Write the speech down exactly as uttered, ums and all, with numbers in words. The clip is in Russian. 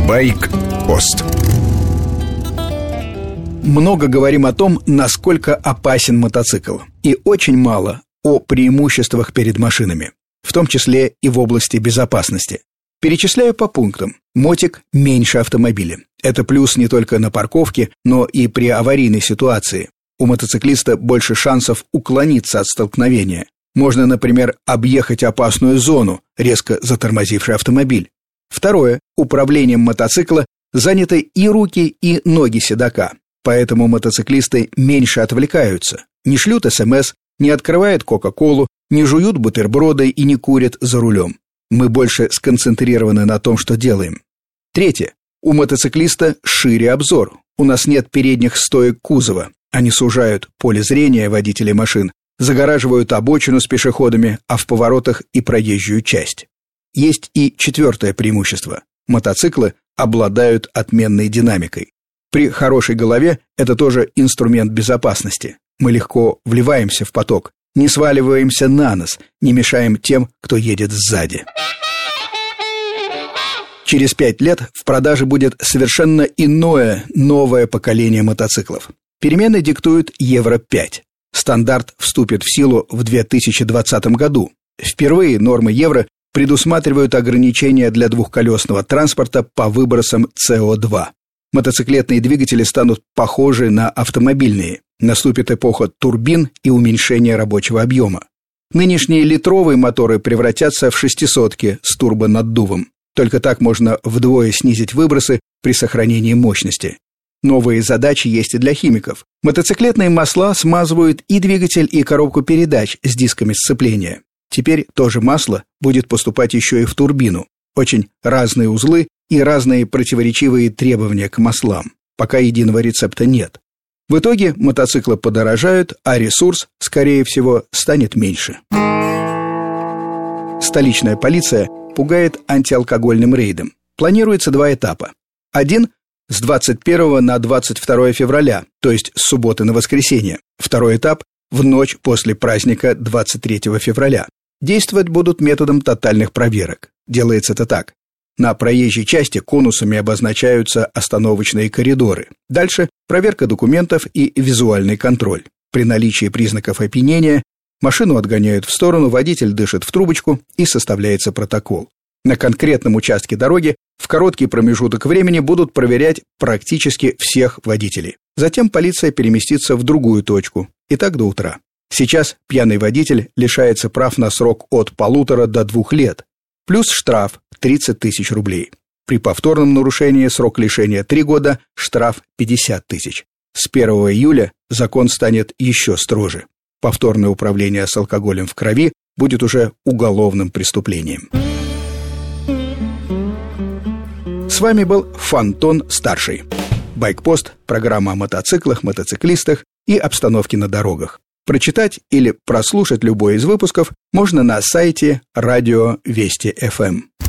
Байк-пост. Много говорим о том, насколько опасен мотоцикл, и очень мало о преимуществах перед машинами, в том числе и в области безопасности. Перечисляю по пунктам. Мотик меньше автомобиля. Это плюс не только на парковке, но и при аварийной ситуации. У мотоциклиста больше шансов уклониться от столкновения. Можно, например, объехать опасную зону, резко затормозивший автомобиль. Второе. Управлением мотоцикла заняты и руки, и ноги седока. Поэтому мотоциклисты меньше отвлекаются, не шлют СМС, не открывают кока-колу, не жуют бутерброды и не курят за рулем. Мы больше сконцентрированы на том, что делаем. Третье. У мотоциклиста шире обзор. У нас нет передних стоек кузова. Они сужают поле зрения водителей машин, загораживают обочину с пешеходами, а в поворотах и проезжую часть. Есть и четвертое преимущество. Мотоциклы обладают отменной динамикой. При хорошей голове это тоже инструмент безопасности. Мы легко вливаемся в поток, не сваливаемся на нос, не мешаем тем, кто едет сзади. Через пять лет в продаже будет совершенно иное, новое поколение мотоциклов. Перемены диктует Евро пять. Стандарт вступит в силу в две тысячи двадцатом году. Впервые нормы Евро предусматривают ограничения для двухколесного транспорта по выбросам С О два. Мотоциклетные двигатели станут похожи на автомобильные. Наступит эпоха турбин и уменьшения рабочего объема. Нынешние литровые моторы превратятся в шестисотки с турбонаддувом. Только так можно вдвое снизить выбросы при сохранении мощности. Новые задачи есть и для химиков. Мотоциклетные масла смазывают и двигатель, и коробку передач с дисками сцепления. Теперь то же масло будет поступать еще и в турбину. Очень разные узлы и разные противоречивые требования к маслам. Пока единого рецепта нет. В итоге мотоциклы подорожают, а ресурс, скорее всего, станет меньше. Столичная полиция пугает антиалкогольным рейдом. Планируется два этапа. Один с двадцать первого на двадцать второе февраля, то есть с субботы на воскресенье. Второй этап в ночь после праздника двадцать третьего февраля. Действовать будут методом тотальных проверок. Делается это так. На проезжей части конусами обозначаются остановочные коридоры. Дальше проверка документов и визуальный контроль. При наличии признаков опьянения машину отгоняют в сторону, водитель дышит в трубочку и составляется протокол. На конкретном участке дороги в короткий промежуток времени будут проверять практически всех водителей. Затем полиция переместится в другую точку. И так до утра. Сейчас пьяный водитель лишается прав на срок от полутора до двух лет. Плюс штраф тридцать тысяч рублей. При повторном нарушении срок лишения три года, штраф пятьдесят тысяч. С первого июля закон станет еще строже. Повторное управление с алкоголем в крови будет уже уголовным преступлением. С вами был Фантон Старший. Байк-пост – программа о мотоциклах, мотоциклистах и обстановке на дорогах. Прочитать или прослушать любой из выпусков можно на сайте Радио Вести эф эм.